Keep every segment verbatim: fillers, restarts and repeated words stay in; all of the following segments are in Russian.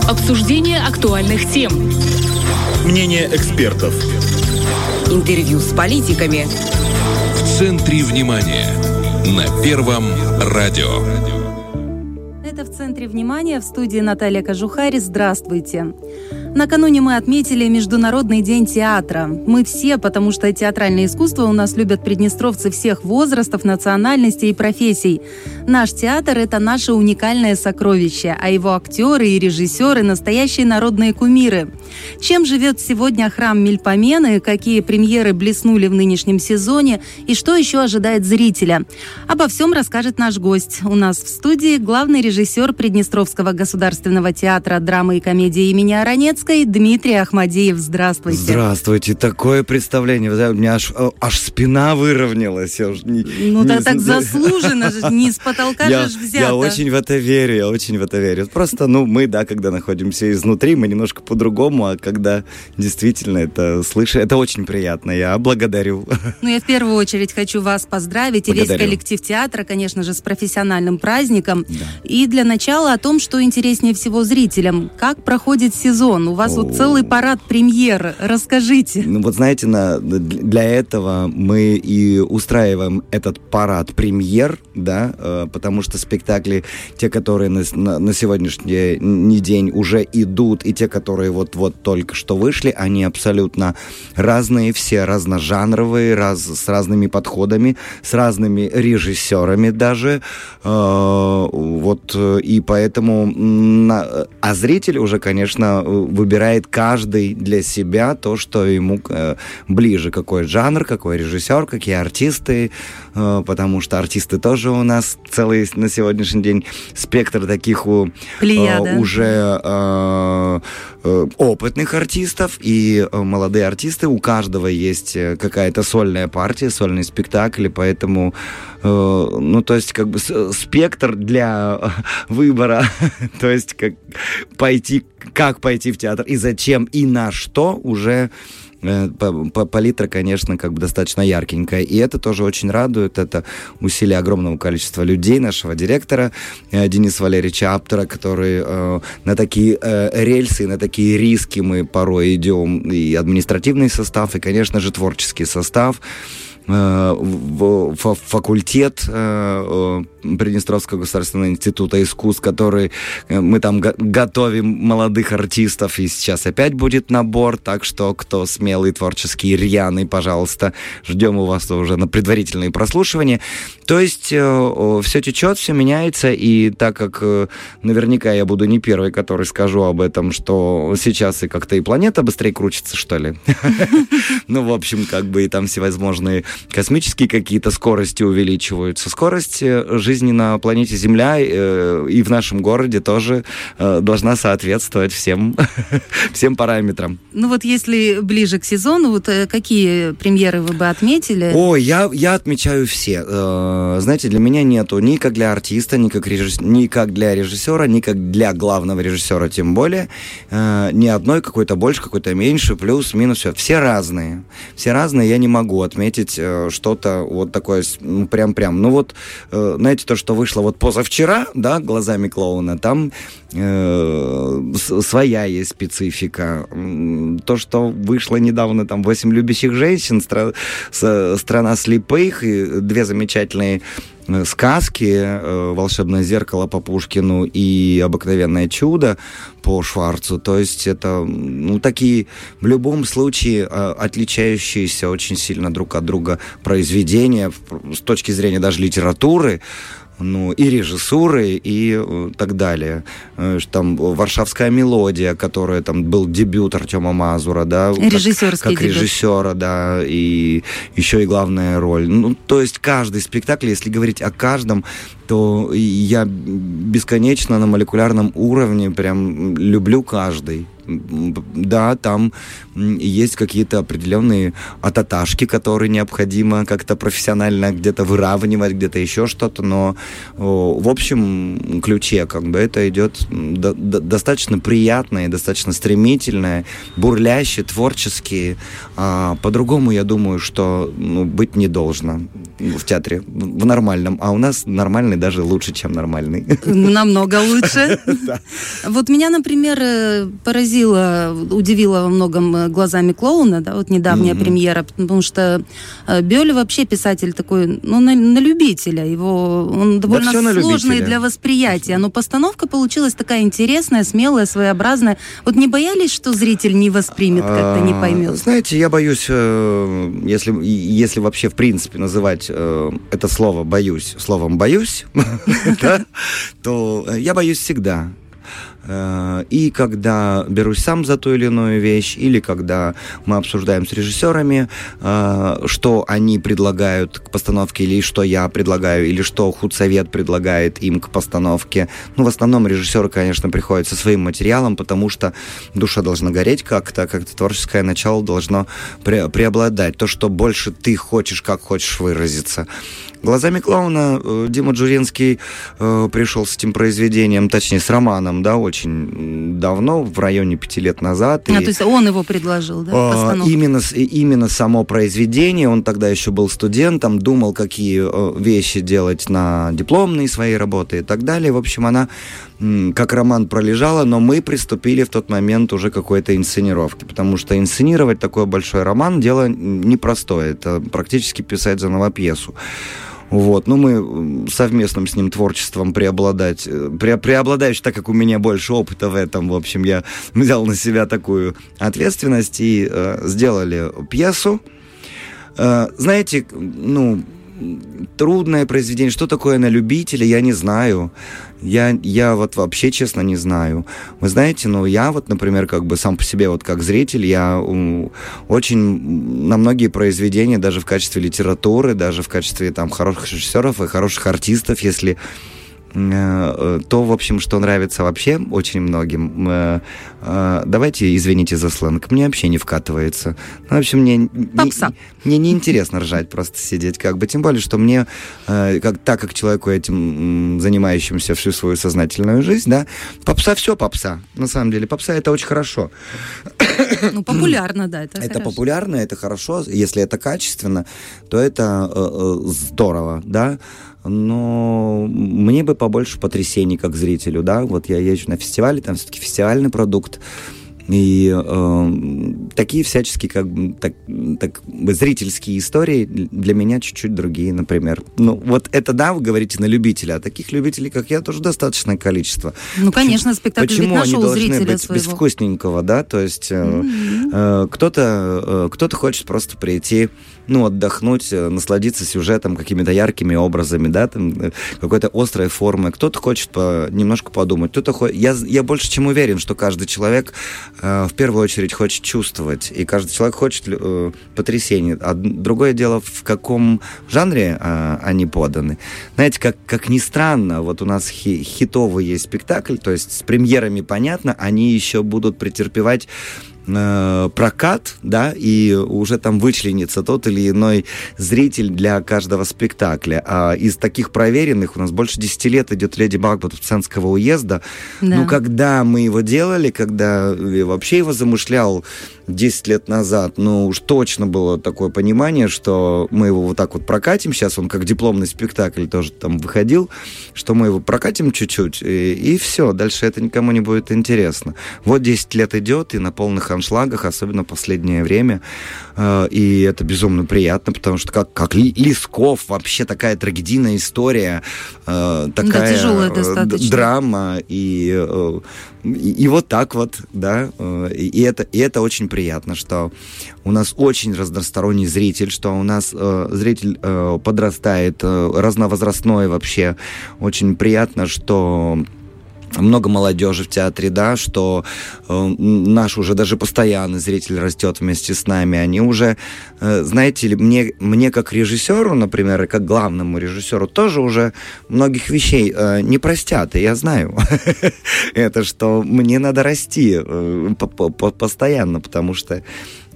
Обсуждение актуальных тем. Мнение экспертов. Интервью с политиками. В центре внимания. На Первом радио. Это «В центре внимания», в студии Наталья Кожухарь. Здравствуйте. Накануне мы отметили Международный день театра. Мы все, потому что театральное искусство у нас любят приднестровцы всех возрастов, национальностей и профессий. Наш театр – это наше уникальное сокровище, а его актеры и режиссеры – настоящие народные кумиры. Чем живет сегодня храм Мельпомены, какие премьеры блеснули в нынешнем сезоне и что еще ожидает зрителя? Обо всем расскажет наш гость. У нас в студии главный режиссер Приднестровского государственного театра драмы и комедии имени Аронецкой Дмитрий Ахмадиев. Здравствуйте. Здравствуйте. Такое представление. У меня аж, аж спина выровнялась. Я уж не, ну, не... так, так заслуженно же, не с потолка я, же взято. Я очень в это верю, я очень в это верю. Просто, ну, мы, да, когда находимся изнутри, мы немножко по-другому, а когда действительно это слышим, это очень приятно. Я благодарю. Ну, я в первую очередь хочу вас поздравить и весь коллектив театра, конечно же, с профессиональным праздником. Да. И для начала о том, что интереснее всего зрителям. Как проходит сезон? У вас О. вот целый парад премьер. Расскажите. Ну, вот знаете, на, для этого мы и устраиваем этот парад премьер, да, э, потому что спектакли, те, которые на, на, на сегодняшний день уже идут, и те, которые вот-вот только что вышли, они абсолютно разные, все разножанровые, раз, с разными подходами, с разными режиссерами даже. Э, вот, и поэтому... На, а зритель уже, конечно, выбирает каждый для себя то, что ему э, ближе, какой жанр, какой режиссер, какие артисты, э, потому что артисты тоже у нас целый на сегодняшний день спектр таких у, э, уже э, э, опытных артистов и э, молодые артисты. У каждого есть какая-то сольная партия, сольный спектакль, поэтому, э, ну, то есть, как бы спектр для выбора, то есть, как пойти, как пойти в театр и зачем, и на что, уже э, палитра, конечно, как бы достаточно яркенькая. И это тоже очень радует. Это усилия огромного количества людей, нашего директора э, Дениса Валерьевича Аптера, который э, на такие э, рельсы, на такие риски мы порой идем. И административный состав, и, конечно же, творческий состав. Факультет Приднестровского государственного института искусств, который мы там го- готовим молодых артистов, и сейчас опять будет набор, так что кто смелый, творческий, рьяный, пожалуйста, ждем у вас уже на предварительные прослушивания. То есть все течет, все меняется, и так как наверняка я буду не первый, который скажу об этом, что сейчас и как-то и планета быстрее крутится, что ли. Ну, в общем, как бы и там всевозможные космические какие-то скорости увеличиваются. Скорость жизни на планете Земля э, и в нашем городе тоже э, должна соответствовать всем, всем параметрам. Ну вот если ближе к сезону, вот какие премьеры вы бы отметили? О, я, я отмечаю все. Э, знаете, для меня нету ни как для артиста, ни как, режисс... ни как для режиссера, ни как для главного режиссера, тем более. Э, ни одной какой-то больше, какой-то меньше, плюс, минус, все. Все разные. Все разные, я не могу отметить что-то вот такое, ну, прям-прям. Ну вот, э, знаете, то, что вышло вот позавчера, да, «Глазами клоуна», там э, своя есть специфика. То, что вышло недавно, там, «Восемь любящих женщин», стра- с, «Страна слепых», и две замечательные сказки «Волшебное зеркало» по Пушкину и «Обыкновенное чудо» по Шварцу. То есть это, ну, такие в любом случае отличающиеся очень сильно друг от друга произведения с точки зрения даже литературы. ну, и режиссуры, и так далее. Там «Варшавская мелодия», которая там был дебют Артема Мазура, да, режиссерский как, как режиссера, да, и еще и главная роль. Ну, то есть каждый спектакль, если говорить о каждом, то я бесконечно на молекулярном уровне прям люблю каждый. Да, там есть какие-то определенные ататашки, которые необходимо как-то профессионально где-то выравнивать, где-то еще что-то, но в общем ключе как бы это идет до- до- достаточно приятное, достаточно стремительное, бурлящее, творческие. А по-другому, я думаю, что ну, быть не должно. в театре, в нормальном, а у нас нормальный даже лучше, чем нормальный. Намного лучше. Вот меня, например, поразило, удивило во многом «Глазами клоуна», да, вот недавняя премьера, потому что Бёль вообще писатель такой, ну, на, на любителя, его, он довольно сложный для восприятия, но постановка получилась такая интересная, смелая, своеобразная. Вот не боялись, что зритель не воспримет, как-то не поймет? Знаете, я боюсь, если, если вообще в принципе называть это слово «боюсь» словом «боюсь», то я боюсь всегда. И когда берусь сам за ту или иную вещь, или когда мы обсуждаем с режиссерами, что они предлагают к постановке, или что я предлагаю, или что худсовет предлагает им к постановке. Ну, в основном режиссеры, конечно, приходят со своим материалом, потому что душа должна гореть как-то, как-то творческое начало должно пре- преобладать. То, что больше ты хочешь, как хочешь выразиться. «Глазами клоуна» Дима Джуринский э, пришел с этим произведением, точнее, с романом, да, очень давно, в районе пяти лет назад. А, и, то есть он его предложил, да, э, постановку? Именно, именно само произведение, он тогда еще был студентом, думал, какие э, вещи делать на дипломные свои работы и так далее. В общем, она м, как роман пролежала, но мы приступили в тот момент уже к какой-то инсценировке, потому что инсценировать такой большой роман – дело непростое, это практически писать заново пьесу. Вот, ну, мы совместным с ним творчеством преобладать, пре, преобладающий, так как у меня больше опыта в этом, в общем, я взял на себя такую ответственность и э, сделали пьесу. Э, знаете, ну, трудное произведение, что такое на любителя, я не знаю. Я, я вот вообще, честно, не знаю. Вы знаете, ну, я вот, например, как бы сам по себе, вот как зритель, я um, очень на многие произведения, даже в качестве литературы, даже в качестве там хороших режиссеров и хороших артистов, если то, в общем, что нравится вообще очень многим. Давайте, извините за сленг, мне вообще не вкатывается. Ну, в общем, мне, Попса. мне неинтересно ржать, просто сидеть, как бы. Тем более, что мне, как, так как человеку этим занимающимся всю свою сознательную жизнь, да, попса все попса. На самом деле, попса это очень хорошо. Ну, популярно, да, это Это хорошо. популярно, это хорошо. Если это качественно, то это э, здорово, да. Но мне бы побольше потрясений как зрителю, да. Вот я езжу на фестивале, там все-таки фестивальный продукт. И э, такие всяческие как бы, так, так, зрительские истории для меня чуть-чуть другие, например. Ну, вот это, да, вы говорите на любителя, а таких любителей, как я, тоже достаточное количество. Ну, конечно, спектакль Почему ведь нашел они должны зрителя быть своего. без вкусненького, да? То есть mm-hmm. э, кто-то, э, кто-то хочет просто прийти, ну, отдохнуть, насладиться сюжетом, какими-то яркими образами, да, там, какой-то острой формой. Кто-то хочет по, немножко подумать. Кто-то хо... я, я больше чем уверен, что каждый человек э, в первую очередь хочет чувствовать, и каждый человек хочет э, потрясений. А другое дело, в каком жанре э, они поданы. Знаете, как, как ни странно, вот у нас хи- хитовый есть спектакль, то есть с премьерами понятно, они еще будут претерпевать прокат, да, и уже там вычленится тот или иной зритель для каждого спектакля. А из таких проверенных у нас больше десяти лет идет «Леди Макбет» Пценского уезда. Да. Ну, когда мы его делали, когда я вообще его замышлял десять лет назад, ну, уж точно было такое понимание, что мы его вот так вот прокатим. Сейчас он как дипломный спектакль тоже там выходил, что мы его прокатим чуть-чуть, и, и все, дальше это никому не будет интересно. Вот десять лет идет, и на полных аншлагах, особенно в последнее время, э, и это безумно приятно, потому что как, как Лесков, вообще такая трагедийная история, э, такая да, тяжелая достаточно. Драма, и, э, и, и вот так вот, да, э, и, и, это, и это очень приятно, что у нас очень разносторонний зритель, что у нас э, зритель э, подрастает, э, разновозрастной вообще. Очень приятно, что много молодежи в театре, да, что э, наш уже даже постоянный зритель растет вместе с нами. Они уже, э, знаете ли, мне, мне как режиссеру, например, и как главному режиссеру тоже уже многих вещей э, не простят, и я знаю это, что мне надо расти э, постоянно, потому что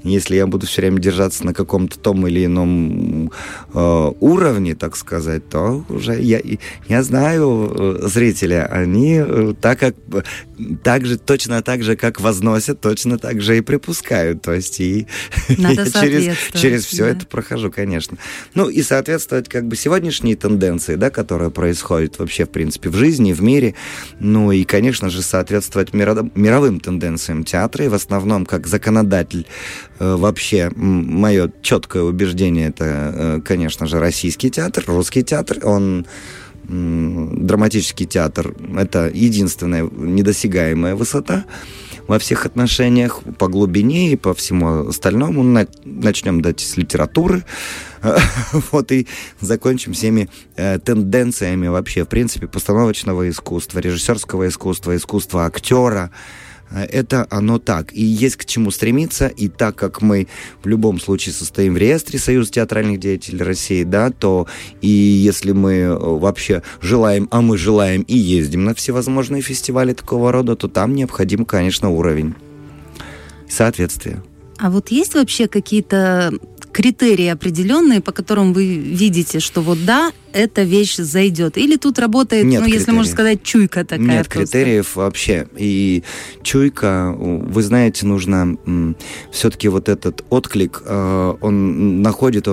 Если я буду все время держаться на каком-то том или ином э, уровне, так сказать, то уже я, я знаю э, зрителя, они э, так как так же, точно так же, как возносят, точно так же и припускают. То есть и я через, через все да. это прохожу, конечно. Ну и соответствовать как бы сегодняшней тенденции, да, которая происходит вообще, в принципе, в жизни, в мире. Ну и, конечно же, соответствовать миро- мировым тенденциям театра. И в основном, как законодатель, э, вообще, м- мое четкое убеждение, это, э, конечно же, российский театр, русский театр. Он драматический театр — это единственная недосягаемая высота во всех отношениях, по глубине и по всему остальному. Начнем, давайте, с литературы, вот, и закончим всеми э, тенденциями вообще, в принципе, постановочного искусства, режиссерского искусства, искусства актера. Это оно так. И есть к чему стремиться. И так как мы в любом случае состоим в реестре Союза театральных деятелей России, да, то и если мы вообще желаем, а мы желаем и ездим на всевозможные фестивали такого рода, то там необходим, конечно, уровень соответствия. А вот есть вообще какие-то критерии определенные, по которым вы видите, что вот да, эта вещь зайдет? Или тут работает, Нет ну, критериев. если можно сказать, чуйка такая? Нет просто? критериев вообще. И чуйка, вы знаете, нужно м, все-таки вот этот отклик, э, он находит,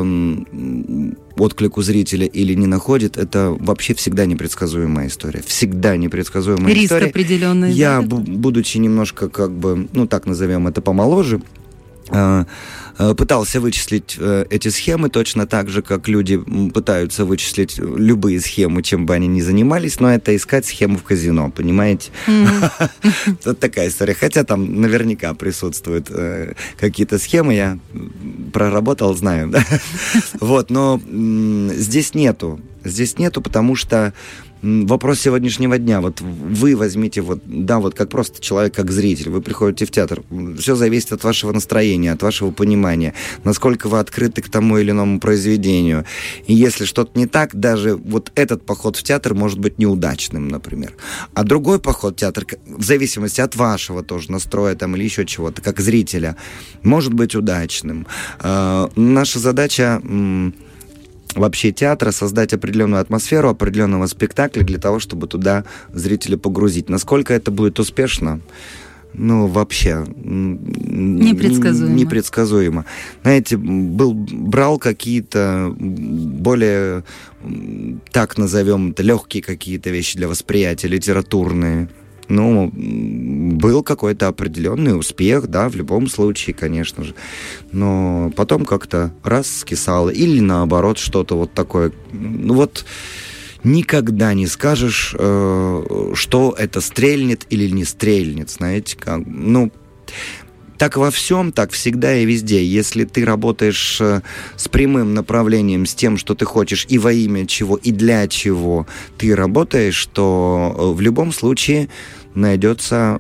он отклик у зрителя или не находит, это вообще всегда непредсказуемая история. Всегда непредсказуемая Риск история. определенный. Я, да? б- будучи немножко, как бы, ну так назовем это, помоложе, э, пытался вычислить э, эти схемы точно так же, как люди пытаются вычислить любые схемы, чем бы они ни занимались, но это искать схему в казино, понимаете? Mm-hmm. Вот такая история. Хотя там наверняка присутствуют э, какие-то схемы, я проработал, знаю, да? Вот, но м- здесь нету. Здесь нету, потому что вопрос сегодняшнего дня. Вот вы возьмите, вот, да, вот как просто человек, как зритель, вы приходите в театр. Все зависит от вашего настроения, от вашего понимания, насколько вы открыты к тому или иному произведению. И если что-то не так, даже вот этот поход в театр может быть неудачным, например. А другой поход в театр, в зависимости от вашего тоже настроя там, или еще чего-то, как зрителя, может быть удачным. Э, наша задача... М- вообще театра — создать определенную атмосферу, определенного спектакля для того, чтобы туда зрителя погрузить. Насколько это будет успешно? Ну, вообще... Непредсказуемо. Непредсказуемо. Знаете, был, брал какие-то более, так назовем это, легкие какие-то вещи для восприятия, литературные. Ну, был какой-то определенный успех, да, в любом случае, конечно же. Но потом как-то раз скисало. Или наоборот, что-то вот такое. Ну вот никогда не скажешь, э, что это стрельнет или не стрельнет, знаете, как, ну... Так во всем, так всегда и везде. Если ты работаешь с прямым направлением, с тем, что ты хочешь, и во имя чего, и для чего ты работаешь, то в любом случае найдется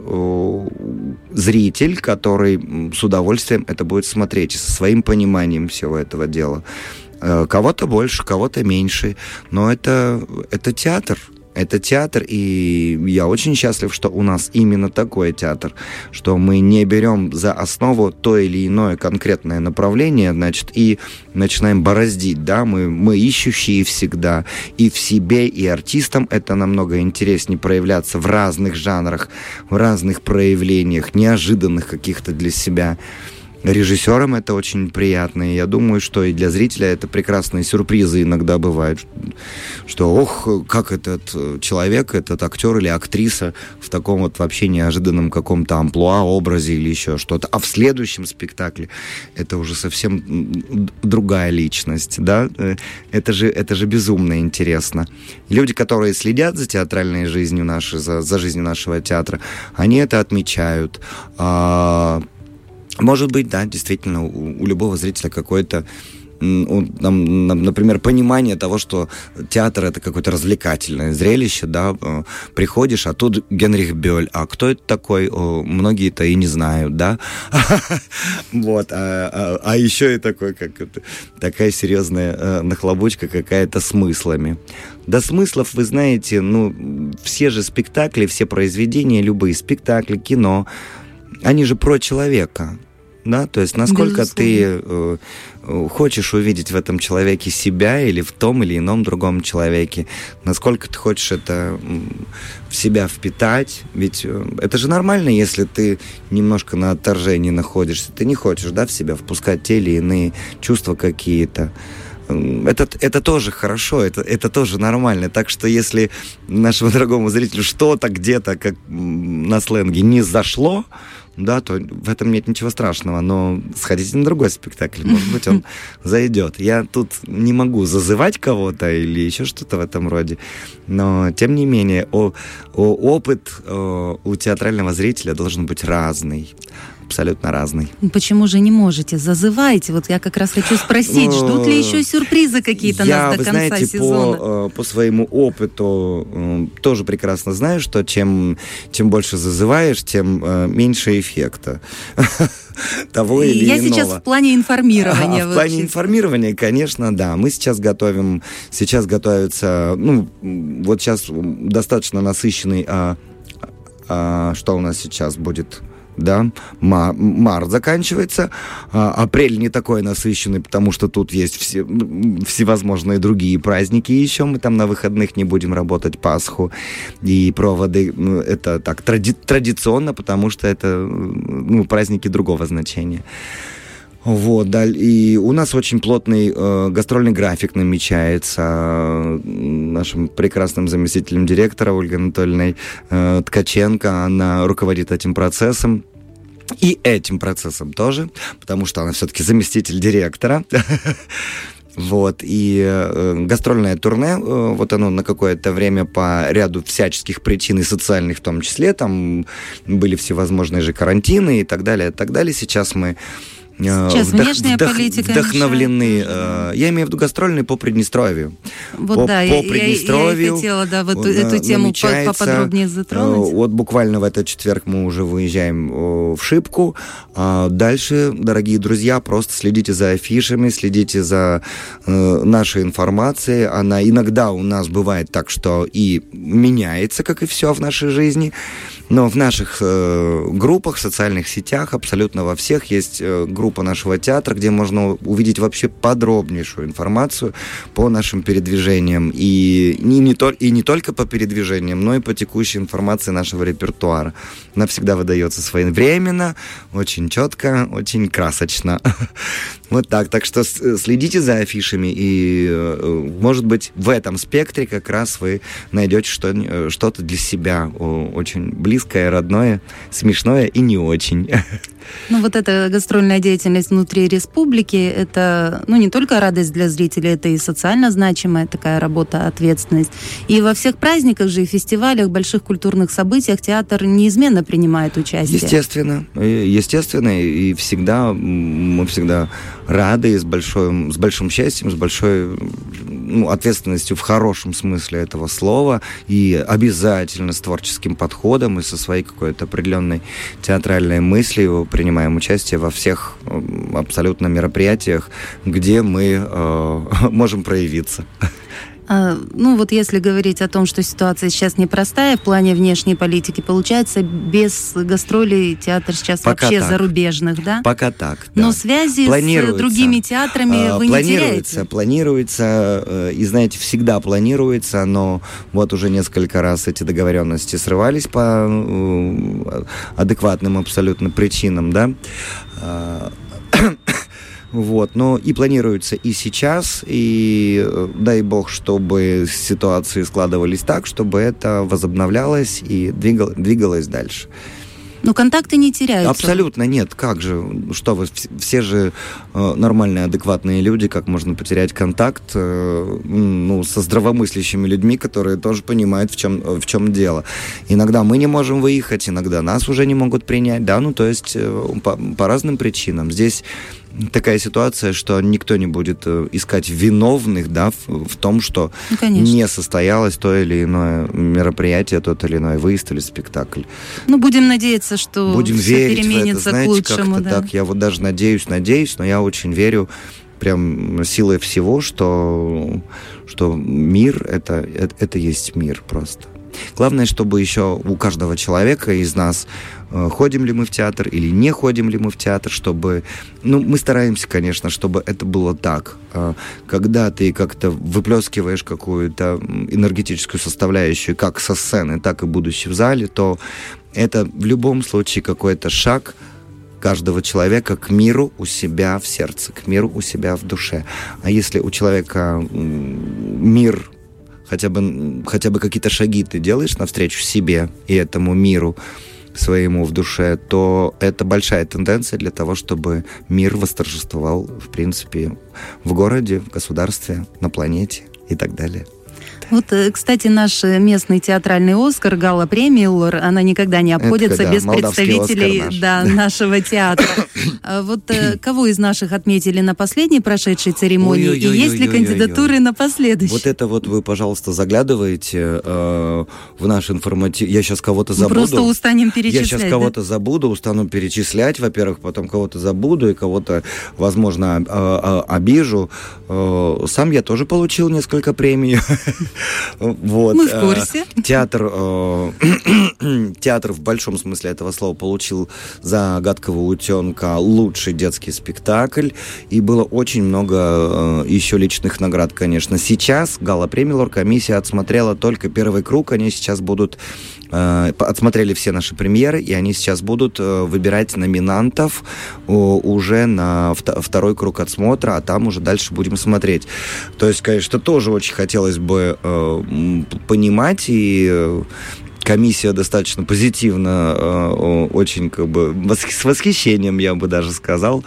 зритель, который с удовольствием это будет смотреть, со своим пониманием всего этого дела. Кого-то больше, кого-то меньше, но это, это театр. Это театр, и я очень счастлив, что у нас именно такой театр, что мы не берем за основу то или иное конкретное направление, значит, и начинаем бороздить, да, мы, мы ищущие всегда, и в себе, и артистам это намного интереснее проявляться в разных жанрах, в разных проявлениях, неожиданных каких-то для себя. Режиссерам это очень приятно, и я думаю, что и для зрителя это прекрасные сюрпризы иногда бывают, что ох, как этот человек, этот актер или актриса в таком вот вообще неожиданном каком-то амплуа, образе или еще что-то, а в следующем спектакле это уже совсем другая личность, да, это же, это же безумно интересно. Люди, которые следят за театральной жизнью нашей, за, за жизнью нашего театра, они это отмечают. Может быть, да, действительно, у, у любого зрителя какое-то, там, например, понимание того, что театр — это какое-то развлекательное зрелище, да, приходишь, а тут Генрих Бёль, а кто это такой? Многие-то и не знают, да, вот, а еще и такой, как такая серьезная нахлобучка какая-то смыслами. До смыслов, вы знаете, ну, все же спектакли, все произведения, любые спектакли, кино, они же про человека. да, то есть насколько Безусловно. ты э, хочешь увидеть в этом человеке себя или в том или ином другом человеке, насколько ты хочешь это в себя впитать, ведь это же нормально, если ты немножко на отторжении находишься, ты не хочешь, да, в себя впускать те или иные чувства какие-то. Это, это тоже хорошо, это, это тоже нормально. Так что если нашему дорогому зрителю что-то где-то, как на сленге, не зашло, да, то в этом нет ничего страшного. Но сходите на другой спектакль, может быть, он зайдет. Я тут не могу зазывать кого-то или еще что-то в этом роде, но, тем не менее, о, о, опыт о, у театрального зрителя должен быть разный. Абсолютно разный. Почему же не можете? Зазывайте. Вот я как раз хочу спросить, ждут ли еще сюрпризы какие-то я, нас до вы конца знаете, сезона? По, по своему опыту тоже прекрасно знаю, что чем, чем больше зазываешь, тем меньше эффекта того или я иного. сейчас в плане информирования. А, в плане информирования, конечно, да. Мы сейчас готовим, сейчас готовится, ну, вот сейчас достаточно насыщенный, а, а, что у нас сейчас будет... Да, Мар- март заканчивается, а, апрель не такой насыщенный, потому что тут есть все, всевозможные другие праздники еще, мы там на выходных не будем работать Пасху и проводы, это так тради- традиционно, потому что это, ну, праздники другого значения. Вот, да, и у нас очень плотный э, гастрольный график намечается э, нашим прекрасным заместителем директора Ольгой Анатольевной э, Ткаченко. Она руководит этим процессом. И этим процессом тоже, потому что она все-таки заместитель директора. Вот, и э, гастрольное турне, э, вот оно на какое-то время по ряду всяческих причин, и социальных в том числе, там были всевозможные же карантины и так далее, и так далее. Сейчас мы Сейчас вдох, внешняя вдох, политика вдохновлены. Э, я имею в виду гастрольные по Приднестровью. Вот по, да, по я, Приднестровью, я и хотела, да, вот вот, эту тему поподробнее затронуть. Э, вот буквально в этот четверг мы уже выезжаем э, в Шипку. А дальше, дорогие друзья, просто следите за афишами, следите за э, нашей информацией. Она иногда у нас бывает так, что и меняется, как и все в нашей жизни. Но в наших э, группах, в социальных сетях, абсолютно во всех есть э, группа нашего театра, где можно увидеть вообще подробнейшую информацию по нашим передвижениям. И не, не, то, и не только по передвижениям, но и по текущей информации нашего репертуара. Она всегда выдается своевременно, очень четко, очень красочно. Вот так. Так что следите за афишами, и, может быть, в этом спектре как раз вы найдете что- что-то для себя очень близкое, родное, смешное и не очень. Ну, вот эта гастрольная деятельность внутри республики, это, ну, не только радость для зрителей, это и социально значимая такая работа, ответственность. И во всех праздниках же, и фестивалях, больших культурных событиях театр неизменно принимает участие. Естественно. Естественно. И всегда, мы всегда рады, с большим, с большим счастьем, с большой, ну, ответственностью в хорошем смысле этого слова, и обязательно с творческим подходом, и со своей какой-то определенной театральной мыслью принимаем участие во всех абсолютно мероприятиях, где мы э, можем проявиться. А, ну вот если говорить о том, что ситуация сейчас непростая в плане внешней политики, получается, без гастролей театр сейчас Пока вообще так. зарубежных, да? Пока так, да. Но связи с другими театрами вы не теряете? Планируется, и знаете, всегда планируется, но вот уже несколько раз эти договоренности срывались по адекватным абсолютно причинам, да? Вот, но и планируется и сейчас, и дай бог, чтобы ситуации складывались так, чтобы это возобновлялось и двигал, двигалось дальше. Но контакты не теряются. Абсолютно нет. Как же? Что вы? Все же э, нормальные, адекватные люди. Как можно потерять контакт э, ну, со здравомыслящими людьми, которые тоже понимают, в чем, в чем дело. Иногда мы не можем выехать, иногда нас уже не могут принять. Да, ну то есть э, по, по разным причинам. Здесь такая ситуация, что никто не будет искать виновных, да, в, в том, что ну, не состоялось то или иное мероприятие, тот или иной выезд или спектакль. Ну, будем надеяться, что будем все верить переменится в это, знаете, к лучшему. Как-то да. так. Я вот даже надеюсь, надеюсь, но я очень верю прям силой всего, что, что мир это, это, это есть мир просто. Главное, чтобы еще у каждого человека из нас, ходим ли мы в театр или не ходим ли мы в театр, чтобы... Ну, мы стараемся, конечно, чтобы это было так. Когда ты как-то выплескиваешь какую-то энергетическую составляющую как со сцены, так и будучи в зале, то это в любом случае какой-то шаг каждого человека к миру у себя в сердце, к миру у себя в душе. А если у человека мир... Хотя бы, хотя бы какие-то шаги ты делаешь навстречу себе и этому миру своему в душе, то это большая тенденция для того, чтобы мир восторжествовал, в принципе, в городе, в государстве, на планете и так далее. Вот, кстати, наш местный театральный Оскар, Гала Премийлор, она никогда не обходится Это, без да, представителей наш. да, нашего театра. Вот кого из наших отметили на последней прошедшей церемонии, и есть ли кандидатуры на последующие? Вот это вот вы, пожалуйста, заглядываете э, в наш информатив... Я сейчас кого-то забуду. Просто устанем перечислять. Я сейчас кого-то да? забуду, устану перечислять, во-первых, потом кого-то забуду, и кого-то, возможно, э, э, обижу. Э, сам я тоже получил несколько премий. Вот. Мы в курсе. Театр, э, театр в большом смысле этого слова получил за «Гадкого утенка» лучший детский спектакль, и было очень много э, еще личных наград, конечно. Сейчас Гала Премийлор комиссия отсмотрела только первый круг, они сейчас будут э, отсмотрели все наши премьеры, и они сейчас будут э, выбирать номинантов э, уже на вт- второй круг отсмотра, а там уже дальше будем смотреть. То есть, конечно, тоже очень хотелось бы э, понимать, и комиссия достаточно позитивно, очень как бы с восхищением, я бы даже сказал,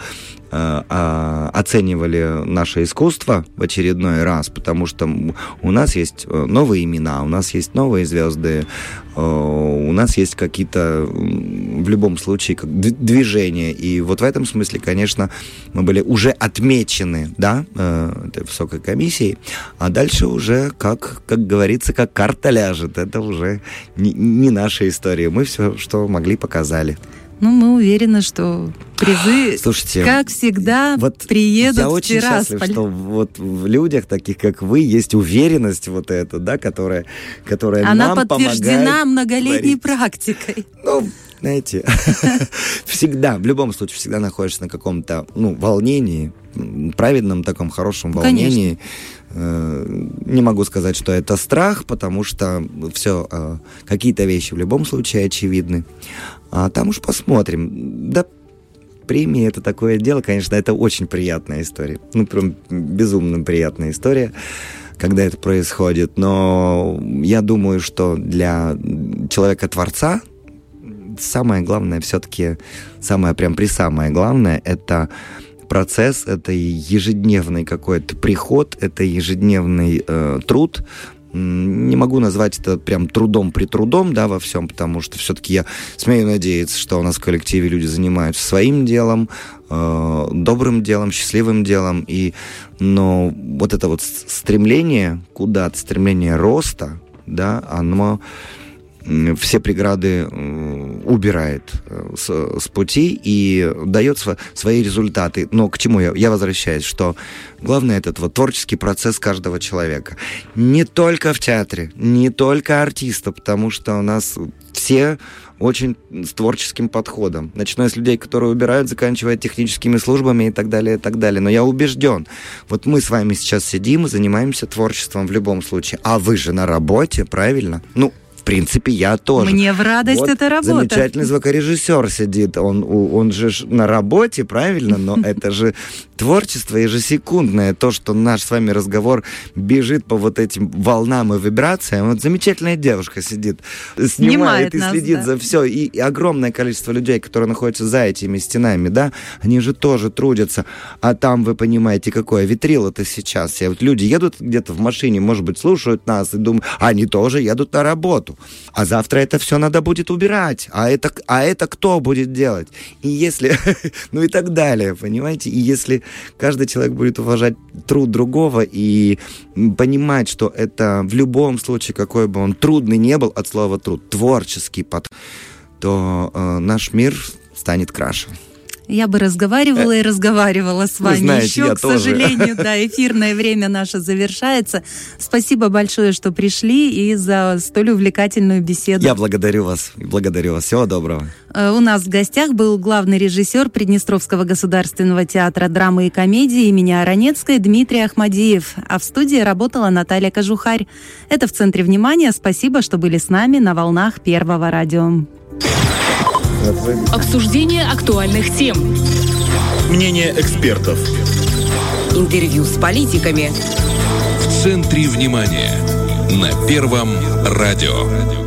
оценивали наше искусство в очередной раз, потому что у нас есть новые имена, у нас есть новые звезды, у нас есть какие-то в любом случае как движения, и вот в этом смысле, конечно, мы были уже отмечены, да, этой высокой комиссией, а дальше уже, как, как говорится, как карта ляжет, это уже не, не наша история, мы все, что могли, показали. Ну, мы уверены, что призы, Слушайте, как всегда, вот приедут я в очень Тирасполь. счастлив, что вот в людях, таких как вы, есть уверенность вот эта, да, которая, которая Она нам подтверждена помогает многолетней творить. практикой. Ну, знаете, всегда, в любом случае, всегда находишься на каком-то, ну, волнении, праведном таком хорошем волнении. Не могу сказать, что это страх, потому что все, какие-то вещи в любом случае очевидны. А там уж посмотрим. Да, премии — это такое дело, конечно, это очень приятная история. Ну, прям безумно приятная история, когда это происходит. Но я думаю, что для человека-творца самое главное все-таки, самое прям присамое главное, это процесс, это ежедневный какой-то приход, это ежедневный э, труд. Не могу назвать это прям трудом при трудом, да, во всем, потому что все-таки я смею надеяться, что у нас в коллективе люди занимаются своим делом, э, добрым делом, счастливым делом, и, но вот это вот стремление куда-то, стремление роста, да, оно все преграды убирает с, с пути и дает св- свои результаты. Но к чему я? Я возвращаюсь, что главное этот вот творческий процесс каждого человека. Не только в театре, не только артиста, потому что у нас все очень с творческим подходом. Начиная с людей, которые убирают, заканчивая техническими службами и так далее, и так далее. Но я убежден, вот мы с вами сейчас сидим и занимаемся творчеством в любом случае. А вы же на работе, правильно? Ну, в принципе, я тоже. Мне в радость вот эта работа. Замечательный звукорежиссер сидит, он, он же на работе, правильно, но это же творчество ежесекундное, то, что наш с вами разговор бежит по вот этим волнам и вибрациям. Вот замечательная девушка сидит, снимает, снимает и нас, следит да. за все. И, и огромное количество людей, которые находятся за этими стенами, да, они же тоже трудятся. А там, вы понимаете, какое ветрило-то сейчас. Все вот люди едут где-то в машине, может быть, слушают нас и думают, они тоже едут на работу. А завтра это все надо будет убирать. А это, а это кто будет делать? И если... ну и так далее, понимаете? И если каждый человек будет уважать труд другого и понимать, что это в любом случае, какой бы он трудный не был, от слова труд, творческий подход, то э, наш мир станет краше. Я бы разговаривала и разговаривала с вами. Вы знаете, Еще, я к тоже. сожалению, да, эфирное время наше завершается. Спасибо большое, что пришли и за столь увлекательную беседу. Я благодарю вас. Благодарю вас. Всего доброго. У нас в гостях был главный режиссер Приднестровского государственного театра драмы и комедии имени Аронецкой Дмитрий Ахмадиев. А в студии работала Наталья Кожухарь. Это «В центре внимания». Спасибо, что были с нами на волнах Первого радио. Обсуждение актуальных тем. Мнение экспертов. Интервью с политиками. В центре внимания на Первом радио.